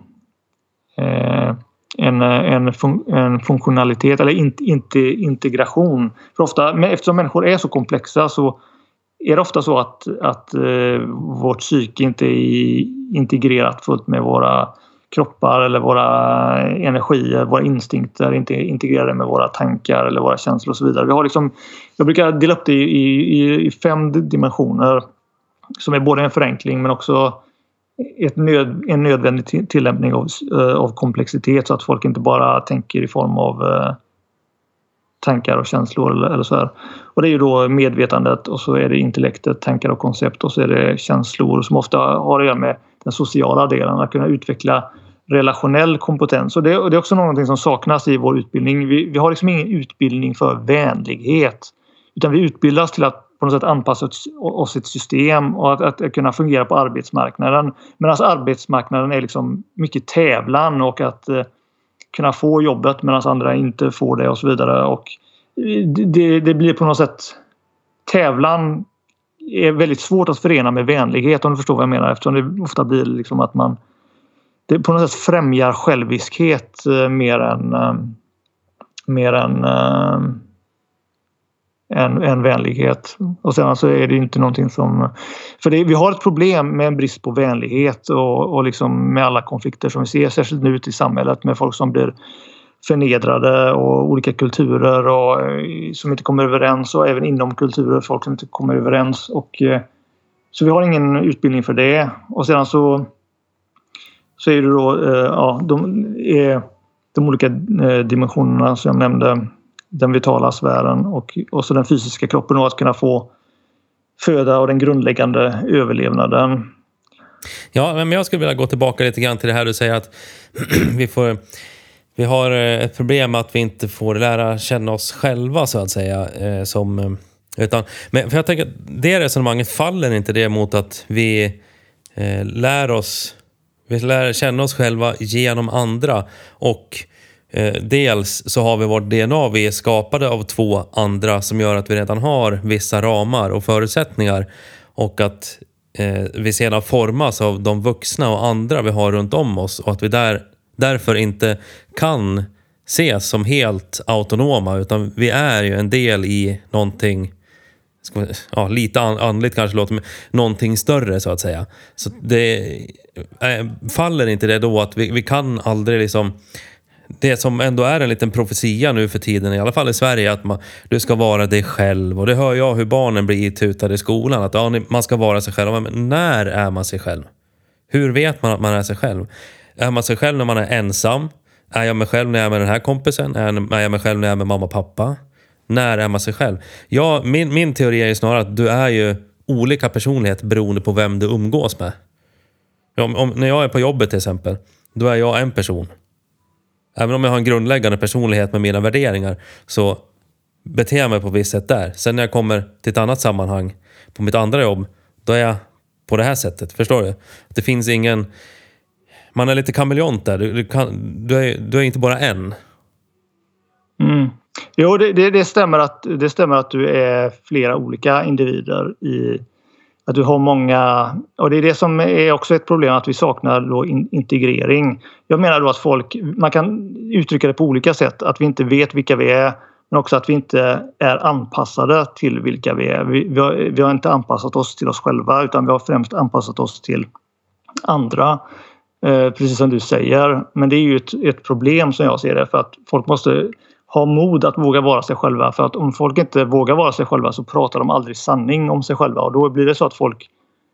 En, en, fun, en funktionalitet eller in, inte integration. För ofta, men eftersom människor är så komplexa så är det ofta så att, att eh, vårt psyke inte är integrerat fullt med våra kroppar eller våra energier, våra instinkter, inte integrerade med våra tankar eller våra känslor och så vidare. Vi har liksom, jag brukar dela upp det i, i, i fem dimensioner. som är både en förenkling men också ett nöd, en nödvändig tillämpning av, av komplexitet så att folk inte bara tänker i form av eh, tankar och känslor eller, eller så här. Och det är ju då medvetandet och så är det intellektet, tankar och koncept och så är det känslor som ofta har att göra med den sociala delen, att kunna utveckla relationell kompetens. Och det, och det är också någonting som saknas i vår utbildning. Vi, vi har liksom ingen utbildning för vänlighet utan vi utbildas till att på något sätt anpassa oss ett system och att, att, att kunna fungera på arbetsmarknaden. Medan arbetsmarknaden är liksom mycket tävlan och att eh, kunna få jobbet medan andra inte får det och så vidare. Och det, det blir på något sätt tävlan är väldigt svårt att förena med vänlighet om du förstår vad jag menar eftersom det ofta blir liksom att man det på något sätt främjar själviskhet eh, mer än eh, mer än eh, En, en vänlighet. Och sen så är det inte någonting som... För det, vi har ett problem med en brist på vänlighet och, och liksom med alla konflikter som vi ser, särskilt nu ute i samhället med folk som blir förnedrade och olika kulturer och som inte kommer överens och även inom kulturer folk som inte kommer överens. Och, så vi har ingen utbildning för det. Och sedan så så är det då ja, de, är de olika dimensionerna som jag nämnde, den vitala sfären och, och så den fysiska kroppen och att kunna få föda och den grundläggande överlevnaden. Ja, men jag skulle vilja gå tillbaka lite grann till det här du säger att vi får vi har ett problem att vi inte får lära känna oss själva så att säga eh, som utan men för jag tänker att det resonemanget faller inte det mot att vi eh, lär oss vi lär känna oss själva genom andra och Eh, dels så har vi vårt D N A, vi är skapade av två andra som gör att vi redan har vissa ramar och förutsättningar och att eh, vi sedan formas av de vuxna och andra vi har runt om oss och att vi där, därför inte kan ses som helt autonoma utan vi är ju en del i någonting ska, ja, lite andligt kanske låter men någonting större så att säga. Så det äh, faller inte det då att vi, vi kan aldrig liksom det som ändå är en liten profetia nu för tiden, i alla fall i Sverige, att man, du ska vara dig själv. Och det hör jag hur barnen blir tutade i skolan. Att ja, man ska vara sig själv. Men när är man sig själv? Hur vet man att man är sig själv? Är man sig själv när man är ensam? Är jag mig själv när jag är med den här kompisen? Är jag mig själv när jag är med mamma och pappa? När är man sig själv? Ja, min, min teori är ju snarare att du är ju olika personlighet beroende på vem du umgås med. Om, om, när jag är på jobbet till exempel, då är jag en person. Även om jag har en grundläggande personlighet med mina värderingar så beter jag mig på visst sätt där. Sen när jag kommer till ett annat sammanhang på mitt andra jobb, då är jag på det här sättet. Förstår du? Det finns ingen... Man är lite kameleont där. Du, du, kan, du, är, du är inte bara en. Mm. Jo, det, det, det, stämmer att, det stämmer att du är flera olika individer i... Att du har många, och det är det som är också ett problem att vi saknar då in, integrering. Jag menar då att folk, man kan uttrycka det på olika sätt. Att vi inte vet vilka vi är men också att vi inte är anpassade till vilka vi är. Vi, vi, har, vi har inte anpassat oss till oss själva utan vi har främst anpassat oss till andra. Eh, precis som du säger. Men det är ju ett, ett problem som jag ser det för att folk måste... ha mod att våga vara sig själva. För att om folk inte vågar vara sig själva så pratar de aldrig sanning om sig själva. Och då blir det så att folk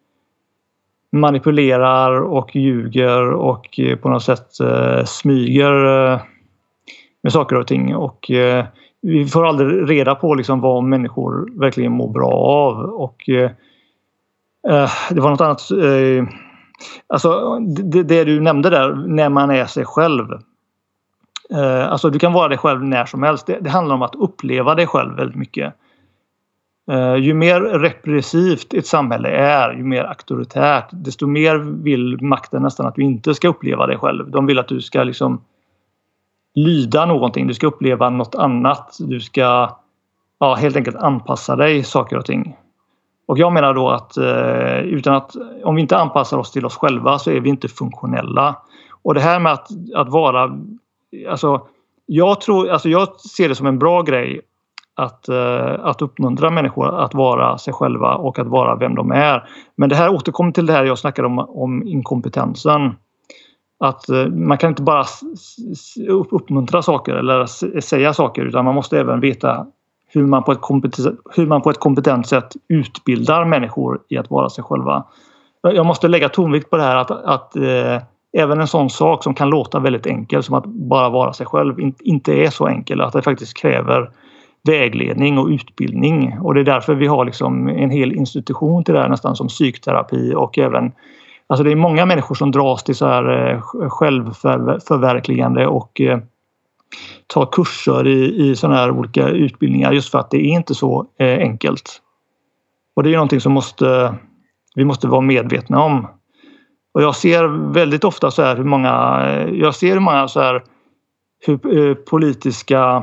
manipulerar och ljuger och på något sätt eh, smyger eh, med saker och ting. Och eh, vi får aldrig reda på liksom, vad människor verkligen mår bra av. Och eh, det var något annat... Eh, alltså det, det du nämnde där, när man är sig själv. Uh, alltså du kan vara dig själv när som helst. Det, det handlar om att uppleva dig själv väldigt mycket. Uh, ju mer repressivt ett samhälle är, ju mer auktoritärt, desto mer vill makten nästan att du inte ska uppleva dig själv. De vill att du ska liksom lyda någonting. Du ska uppleva något annat. Du ska ja, helt enkelt anpassa dig saker och ting. Och jag menar då att, uh, utan att om vi inte anpassar oss till oss själva så är vi inte funktionella. Och det här med att, att vara... Alltså jag, tror, alltså jag ser det som en bra grej att, uh, att uppmuntra människor att vara sig själva och att vara vem de är. Men det här återkommer till det här jag snackade om, om inkompetensen. Att uh, man kan inte bara s- s- uppmuntra saker eller s- säga saker utan man måste även veta hur man på ett kompetent, hur man på ett kompetent sätt utbildar människor i att vara sig själva. Jag måste lägga tonvikt på det här att, att eh, även en sån sak som kan låta väldigt enkel som att bara vara sig själv in, inte är så enkel, att det faktiskt kräver vägledning och utbildning, och det är därför vi har liksom en hel institution till det här, nästan som psykterapi, och även alltså det är många människor som dras till så här eh, självförverkligande och eh, tar kurser i, i sådana här olika utbildningar just för att det är inte så eh, enkelt. Och det är någonting som måste, vi måste vara medvetna om. Och jag ser väldigt ofta så här hur många, jag ser hur många så här hur eh, politiska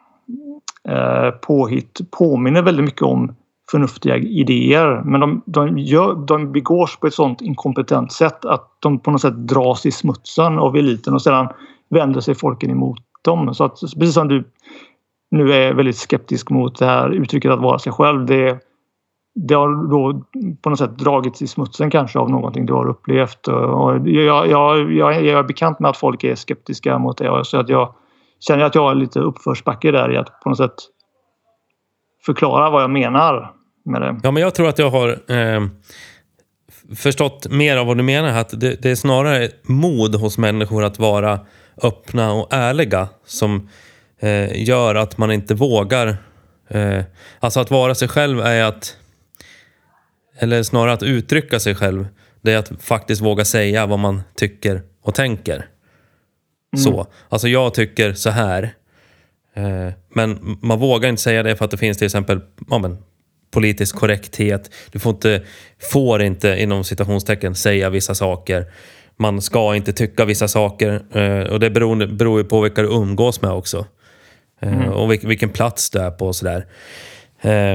eh, påhitt påminner väldigt mycket om förnuftiga idéer, men de, de, gör, de begås på ett sådant inkompetent sätt att de på något sätt dras i smutsen av eliten och sedan vänder sig folken emot dem. Så att, precis som du nu är väldigt skeptisk mot det här uttrycket att vara sig själv, det, det har då på något sätt dragits i smutsen kanske av någonting du har upplevt. Och jag, jag, jag är bekant med att folk är skeptiska mot det, så att jag känner att jag har lite uppförsbacke där i att på något sätt förklara vad jag menar med det. Ja, men jag tror att jag har eh, förstått mer av vad du menar. Att det, det är snarare mod hos människor att vara öppna och ärliga som eh, gör att man inte vågar. Eh, alltså att vara sig själv är att, eller snarare att uttrycka sig själv, det är att faktiskt våga säga vad man tycker och tänker. Mm. Så. Alltså jag tycker så här. Eh, men man vågar inte säga det för att det finns till exempel ja, men, politisk korrekthet. Du får inte, får inte inom citationstecken säga vissa saker. Man ska inte tycka vissa saker. Eh, och det beror, beror ju på vilka du umgås med också. Eh, mm. Och vilken, vilken plats du är på och sådär. Eh,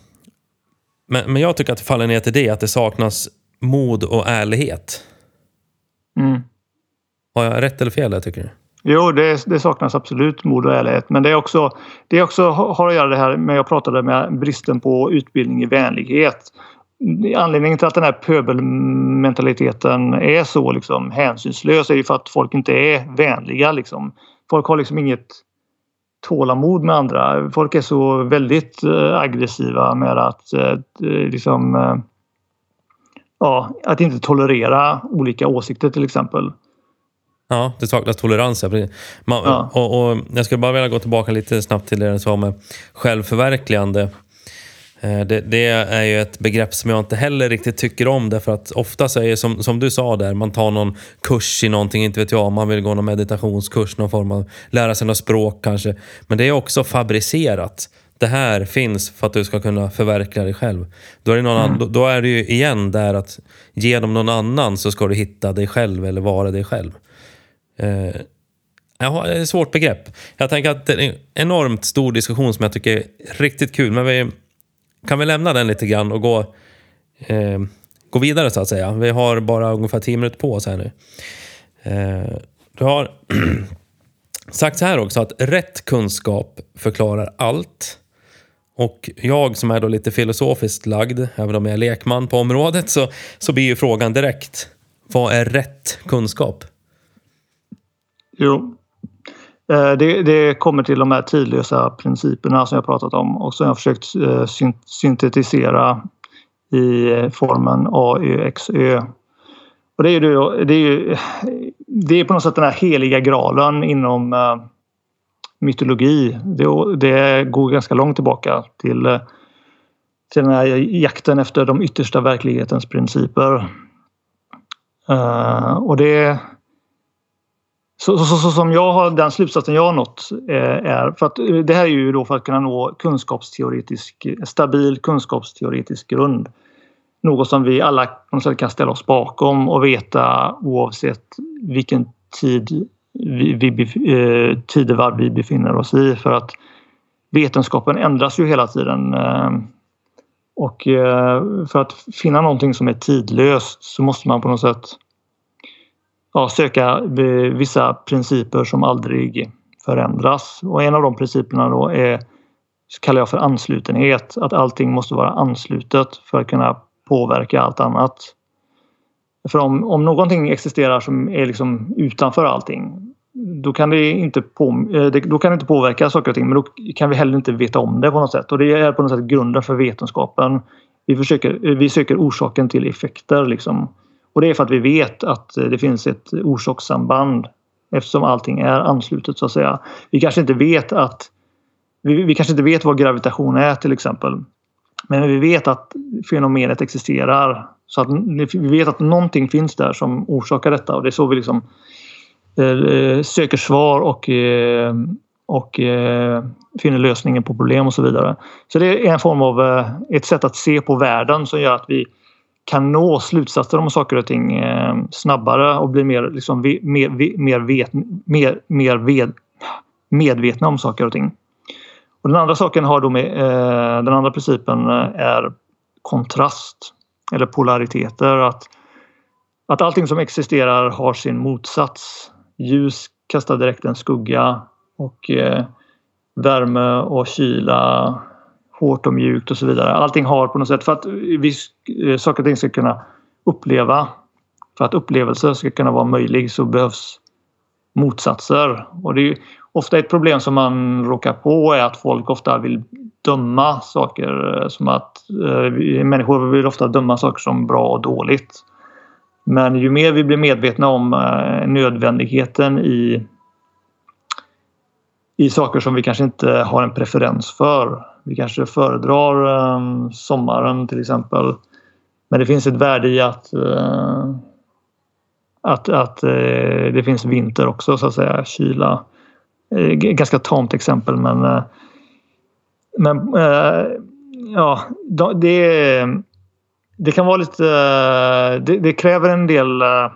men, men jag tycker att det faller ner till det. Att det saknas mod och ärlighet. Mm. Har jag rätt eller fel där, tycker du? Jo, det, det saknas absolut mod och ärlighet. Men det är också, det är också har att göra det här med, jag pratade med bristen på utbildning i vänlighet. Anledningen till att den här pöbelmentaliteten är så liksom hänsynslös är ju för att folk inte är vänliga. Liksom. Folk har liksom inget tålamod med andra. Folk är så väldigt äh, aggressiva med att äh, liksom, äh, ja, att inte tolerera olika åsikter till exempel. Ja, det saknas tolerans. Man, ja. och, och jag skulle bara vilja gå tillbaka lite snabbt till det du sa med självförverkligande. Det, det är ju ett begrepp som jag inte heller riktigt tycker om, därför att ofta så är det som, som du sa där, man tar någon kurs i någonting, inte vet jag, man vill gå någon meditationskurs, någon form av lära sig något språk kanske, men det är också fabricerat. Det här finns för att du ska kunna förverkliga dig själv. Då är det, någon mm. annan, då, då är det ju igen där att genom någon annan så ska du hitta dig själv eller vara dig själv. Eh, ja, det är ett svårt begrepp. Jag tänker att det är en enormt stor diskussion som jag tycker är riktigt kul, men vi kan vi lämna den lite grann och gå, eh, gå vidare så att säga. Vi har bara ungefär tio minuter på oss här nu. Eh, du har sagt så här också, att rätt kunskap förklarar allt. Och jag som är då lite filosofiskt lagd, även om jag är lekman på området, så, så blir ju frågan direkt: vad är rätt kunskap? Jo, det, det kommer till de här tidlösa principerna som jag pratat om och som jag har försökt syntetisera i formen A, Ö, X, Ö. Och det är ju, det är ju det är på något sätt den här heliga graalen inom uh, mytologi. Det, det går ganska långt tillbaka till, till den här jakten efter de yttersta verklighetens principer. Uh, och det Så, så, så som jag har, den slutsatsen jag har nått eh, är för att det här är ju då för att kunna nå kunskapsteoretisk, stabil kunskapsteoretisk grund. Något som vi alla på något sätt kan ställa oss bakom och veta oavsett vilken tid vi, vi, eh, tidevarv vi befinner oss i, för att vetenskapen ändras ju hela tiden. Eh, och eh, för att finna någonting som är tidlöst så måste man på något sätt Ja, söka vissa principer som aldrig förändras. Och en av de principerna då är, kallar jag för anslutenhet. Att allting måste vara anslutet för att kunna påverka allt annat. För om, om någonting existerar som är liksom utanför allting, då kan det inte på, då kan det inte påverka saker och ting, men då kan vi heller inte veta om det på något sätt. Och det är på något sätt grunden för vetenskapen. Vi, försöker, vi söker orsaken till effekter liksom. Och det är för att vi vet att det finns ett orsakssamband eftersom allting är anslutet så att säga. Vi kanske inte vet att vi, vi kanske inte vet vad gravitation är till exempel. Men vi vet att fenomenet existerar. Så att vi vet att någonting finns där som orsakar detta. Och det är så vi liksom eh, söker svar och, eh, och eh, finner lösningen på problem och så vidare. Så det är en form av eh, ett sätt att se på världen som gör att vi kan nå slutsatser om saker och ting eh, snabbare och bli mer, liksom, vi, mer, vi, mer, vet, mer, mer ved, medvetna om saker och ting. Och den andra saken har då med, eh, den andra principen är kontrast eller polariteter. Att, att allting som existerar har sin motsats. Ljus kastar direkt en skugga och eh, värme och kyla, hårt och mjukt och så vidare. Allting har på något sätt, för att vi, saker och ting ska kunna uppleva, för att upplevelse ska kunna vara möjlig så behövs motsatser. Och det är ofta ett problem som man råkar på är att folk ofta vill döma saker som att eh, människor vill ofta döma saker som bra och dåligt. Men ju mer vi blir medvetna om eh, nödvändigheten i i saker som vi kanske inte har en preferens för. Vi kanske föredrar eh, sommaren till exempel. Men det finns ett värde i att eh, att, att eh, det finns vinter också så att säga, kyla. Eh, ganska tamt exempel men eh, men eh, ja, det det kan vara lite det, det kräver en del eh,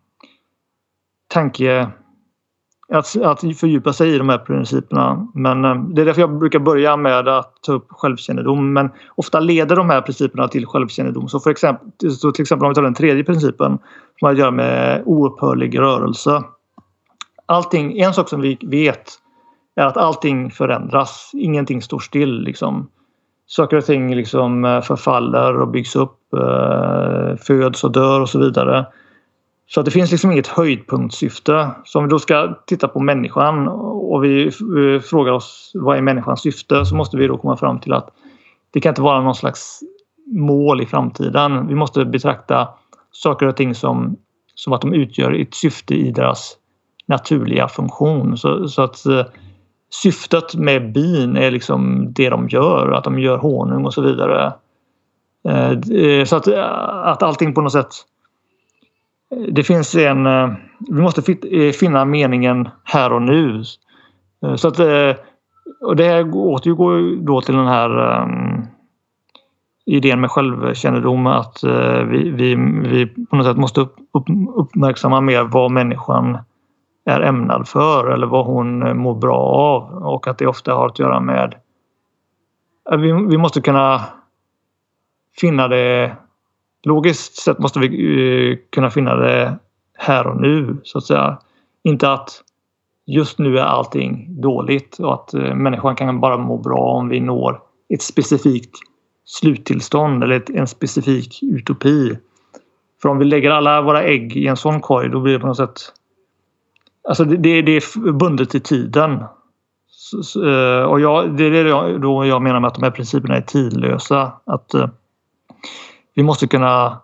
tanke Att, att fördjupa sig i de här principerna. Men det är därför jag brukar börja med att ta upp självkännedom. Men ofta leder de här principerna till självkännedom. Så, för exempel, så till exempel om vi tar den tredje principen som har att göra med oupphörlig rörelse. Allting, en sak som vi vet är att allting förändras. Ingenting står still. Liksom. Saker och ting liksom förfaller och byggs upp. Föds och dör och så vidare. Så att det finns liksom inget höjdpunktsyfte. Så om vi då ska titta på människan och vi frågar oss vad är människans syfte, så måste vi då komma fram till att det kan inte vara någon slags mål i framtiden. Vi måste betrakta saker och ting som, som att de utgör ett syfte i deras naturliga funktion. Så, så att syftet med bin är liksom det de gör, att de gör honung och så vidare. Så att, att allting på något sätt, det finns en, vi måste finna meningen här och nu. Så att, och det här återgår då till den här um, idén med självkännedom, att uh, vi, vi, vi på något sätt måste upp, upp, uppmärksamma mer vad människan är ämnad för eller vad hon mår bra av, och att det ofta har att göra med vi, vi måste kunna finna det logiskt sett, måste vi uh, kunna finna det här och nu så att säga. Inte att just nu är allting dåligt och att uh, människan kan bara må bra om vi når ett specifikt sluttillstånd eller ett, en specifik utopi. För om vi lägger alla våra ägg i en sån korg, då blir det på något sätt, alltså det, det, det är bundet i tiden. Så, så, uh, och jag, det är det då jag menar med att de här principerna är tidlösa. Att uh, vi måste kunna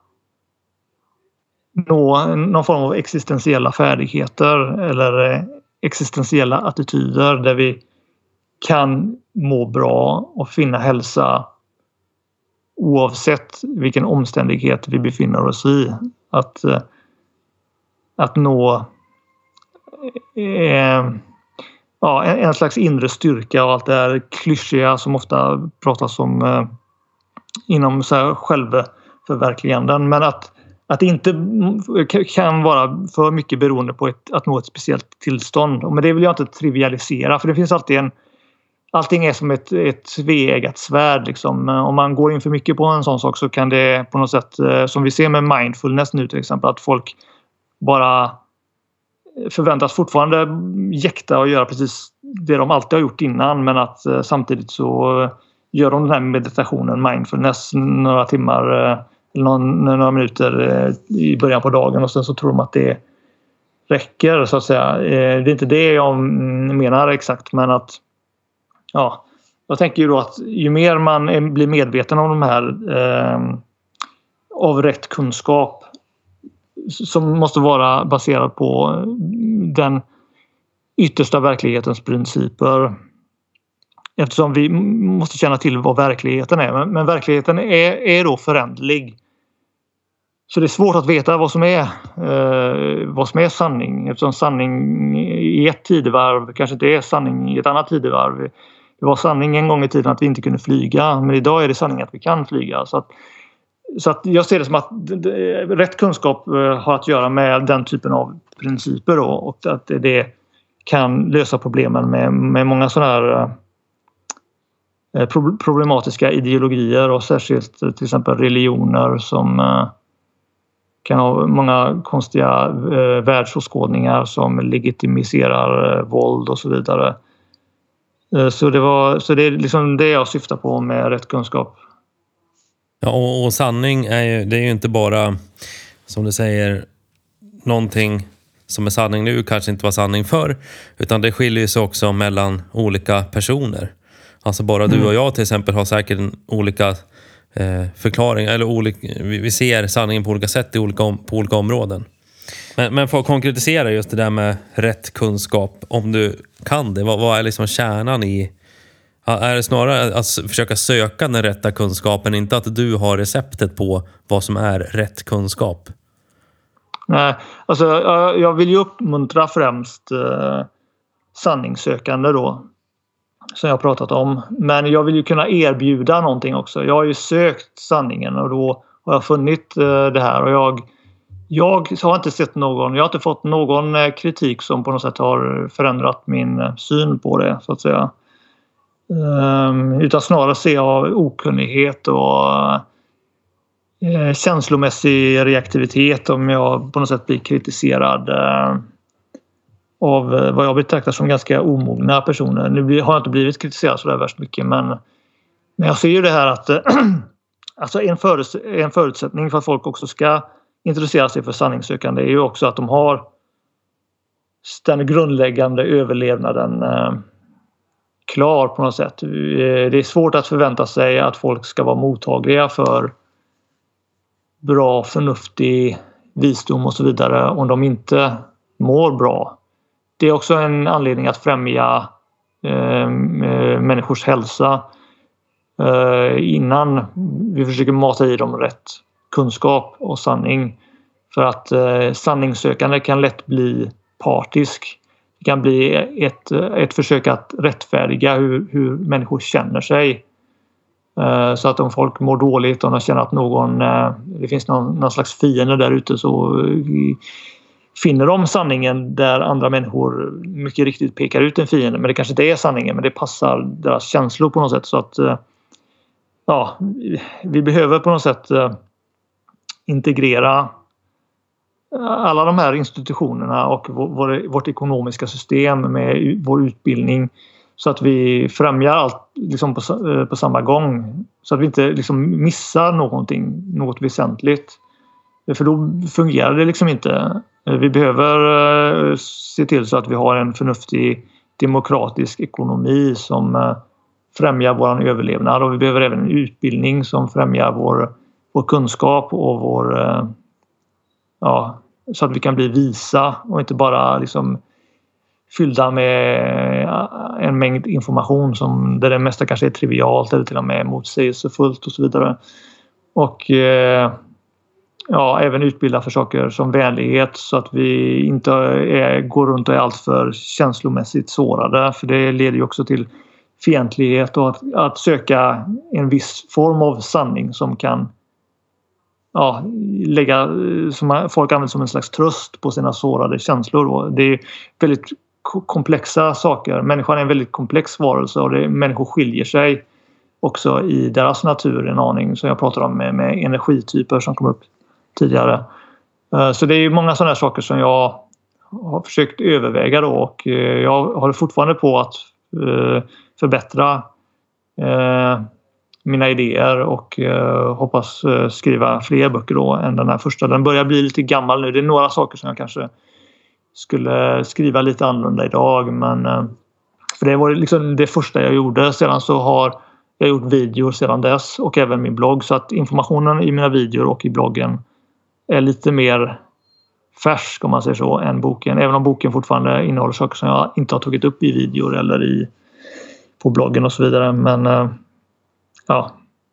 nå någon form av existentiella färdigheter eller existentiella attityder där vi kan må bra och finna hälsa oavsett vilken omständighet vi befinner oss i. Att, att nå eh, ja, en, en slags inre styrka och allt det här klyschiga som ofta pratas om eh, inom så här självförverkliganden, men att, att det inte kan vara för mycket beroende på ett, att nå ett speciellt tillstånd. Men det vill jag inte trivialisera, för det finns alltid en, allting är som ett, ett tveeggat svärd liksom. Om man går in för mycket på en sån sak så kan det på något sätt, som vi ser med mindfulness nu till exempel, att folk bara förväntas fortfarande jäkta och göra precis det de alltid har gjort innan, men att samtidigt så gör de den här meditationen, mindfulness, några timmar eller några minuter i början på dagen, och sen så tror de att det räcker så att säga. Eh, det är inte det jag menar exakt, men att ja, jag tänker ju då att ju mer man är, blir medveten om de här eh, av rätt kunskap som måste vara baserad på den yttersta verklighetens principer. Eftersom vi måste känna till vad verkligheten är. Men, men verkligheten är, är då förändlig. Så det är svårt att veta vad som är, eh, vad som är sanning. Eftersom sanning i ett tidevarv kanske inte är sanning i ett annat tidevarv. Det var sanning en gång i tiden att vi inte kunde flyga. Men idag är det sanning att vi kan flyga. Så att, så att jag ser det som att det, rätt kunskap har att göra med den typen av principer. Då, och att det kan lösa problemen med, med många sådana här problematiska ideologier. Och särskilt till exempel religioner som kan ha många konstiga eh, världsåskådningar som legitimiserar eh, våld och så vidare. Eh, så det var så det är liksom det jag syftar på med rätt kunskap. Ja, och, och sanning är ju, det är ju inte bara, som du säger, någonting som är sanning nu kanske inte var sanning förr, utan det skiljer sig också mellan olika personer. Alltså bara mm. du och jag till exempel har säkert olika eh, förklaringar, eller olika, vi, vi ser sanningen på olika sätt i olika, på olika områden. Men, men för att konkretisera just det där med rätt kunskap, om du kan det, vad, vad är liksom kärnan i? Är det snarare att försöka söka den rätta kunskapen, inte att du har receptet på vad som är rätt kunskap? Nej, alltså jag vill ju uppmuntra främst eh, sanningssökande då, som jag har pratat om. Men jag vill ju kunna erbjuda någonting också. Jag har ju sökt sanningen och då har jag funnit eh, det här. Och jag, jag har inte sett någon, jag har inte fått någon eh, kritik som på något sätt har förändrat min eh, syn på det, så att säga. Um, utan snarare ser jag okunnighet och uh, känslomässig reaktivitet om jag på något sätt blir kritiserad uh, av uh, vad jag betraktar som ganska omogna personer. Nu blir, har jag inte blivit kritiserad så där värst mycket, men, men jag ser ju det här att uh, alltså en, föruts- en förutsättning för att folk också ska intressera sig för sanningssökande är ju också att de har den grundläggande överlevnaden uh, klar på något sätt. Det är svårt att förvänta sig att folk ska vara mottagliga för bra, förnuftig visdom och så vidare om de inte mår bra. Det är också en anledning att främja eh, människors hälsa eh, innan vi försöker mata i dem rätt kunskap och sanning. För att eh, sanningssökande kan lätt bli partisk. Det kan bli ett, ett försök att rättfärdiga hur, hur människor känner sig. Uh, så att om folk mår dåligt och de känner att någon, uh, det finns någon, någon slags fiende där ute, så uh, finner de sanningen där andra människor mycket riktigt pekar ut en fiende. Men det kanske inte är sanningen, men det passar deras känslor på något sätt. Så att uh, ja, vi behöver på något sätt uh, integrera alla de här institutionerna och vår, vårt ekonomiska system med vår utbildning, så att vi främjar allt liksom på, på samma gång, så att vi inte liksom missar någonting, något väsentligt. För då fungerar det liksom inte. Vi behöver se till så att vi har en förnuftig demokratisk ekonomi som främjar vår överlevnad, och vi behöver även en utbildning som främjar vår, vår kunskap och vår ja, så att vi kan bli visa och inte bara liksom fyllda med en mängd information som där det mesta kanske är trivialt eller till och med motsägelsefullt och så vidare. Och eh, ja, även utbilda för saker som vänlighet, så att vi inte är, går runt och är alltför känslomässigt sårade, för det leder ju också till fientlighet, och att, att söka en viss form av sanning som kan ja, lägga, som folk använder som en slags tröst på sina sårade känslor då. Det är väldigt komplexa saker. Människan är en väldigt komplex varelse, och det, människor skiljer sig också i deras natur en aning, som jag pratade om med, med energityper som kom upp tidigare. Så det är många sådana saker som jag har försökt överväga då, och jag håller fortfarande på att förbättra mina idéer och uh, hoppas uh, skriva fler böcker då än den här första. Den börjar bli lite gammal nu. Det är några saker som jag kanske skulle skriva lite annorlunda idag. Men, för det var liksom det första jag gjorde. Sedan så har jag gjort videor sedan dess och även min blogg. Så att informationen i mina videor och i bloggen är lite mer färsk om man säger så än boken. Även om boken fortfarande innehåller saker som jag inte har tagit upp i videor eller i, på bloggen och så vidare. Men ja.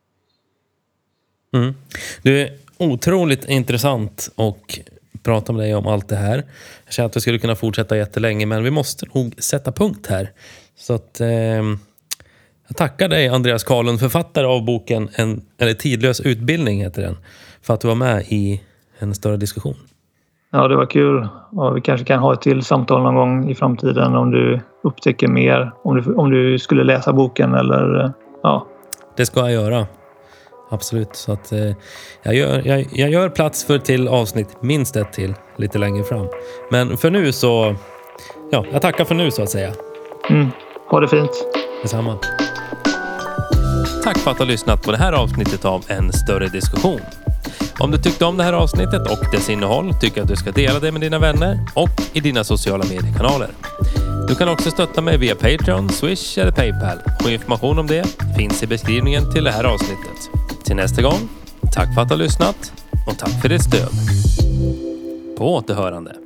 Mm. Det är otroligt intressant och prata med dig om allt det här. Jag känner att vi skulle kunna fortsätta jättelänge, men vi måste nog sätta punkt här. Så att eh, jag tackar dig, Andreas Karlund, författare av boken en, eller Tidlös utbildning heter den, för att du var med i en större diskussion. Ja, det var kul. Och vi kanske kan ha ett till samtal någon gång i framtiden om du upptäcker mer, om du, om du skulle läsa boken eller ja. Det ska jag göra. Absolut, så att eh, jag, gör, jag, jag gör plats för till avsnitt, minst ett till, lite längre fram. Men för nu så, ja, jag tackar för nu så att säga. Mm, ha det fint. Detsamma. Tack för att du har lyssnat på det här avsnittet av En större diskussion. Om du tyckte om det här avsnittet och dess innehåll tycker jag att du ska dela det med dina vänner och i dina sociala mediekanaler. Du kan också stötta mig via Patreon, Swish eller Paypal. Och information om det finns i beskrivningen till det här avsnittet. Till nästa gång, tack för att du har lyssnat och tack för ditt stöd. På återhörande.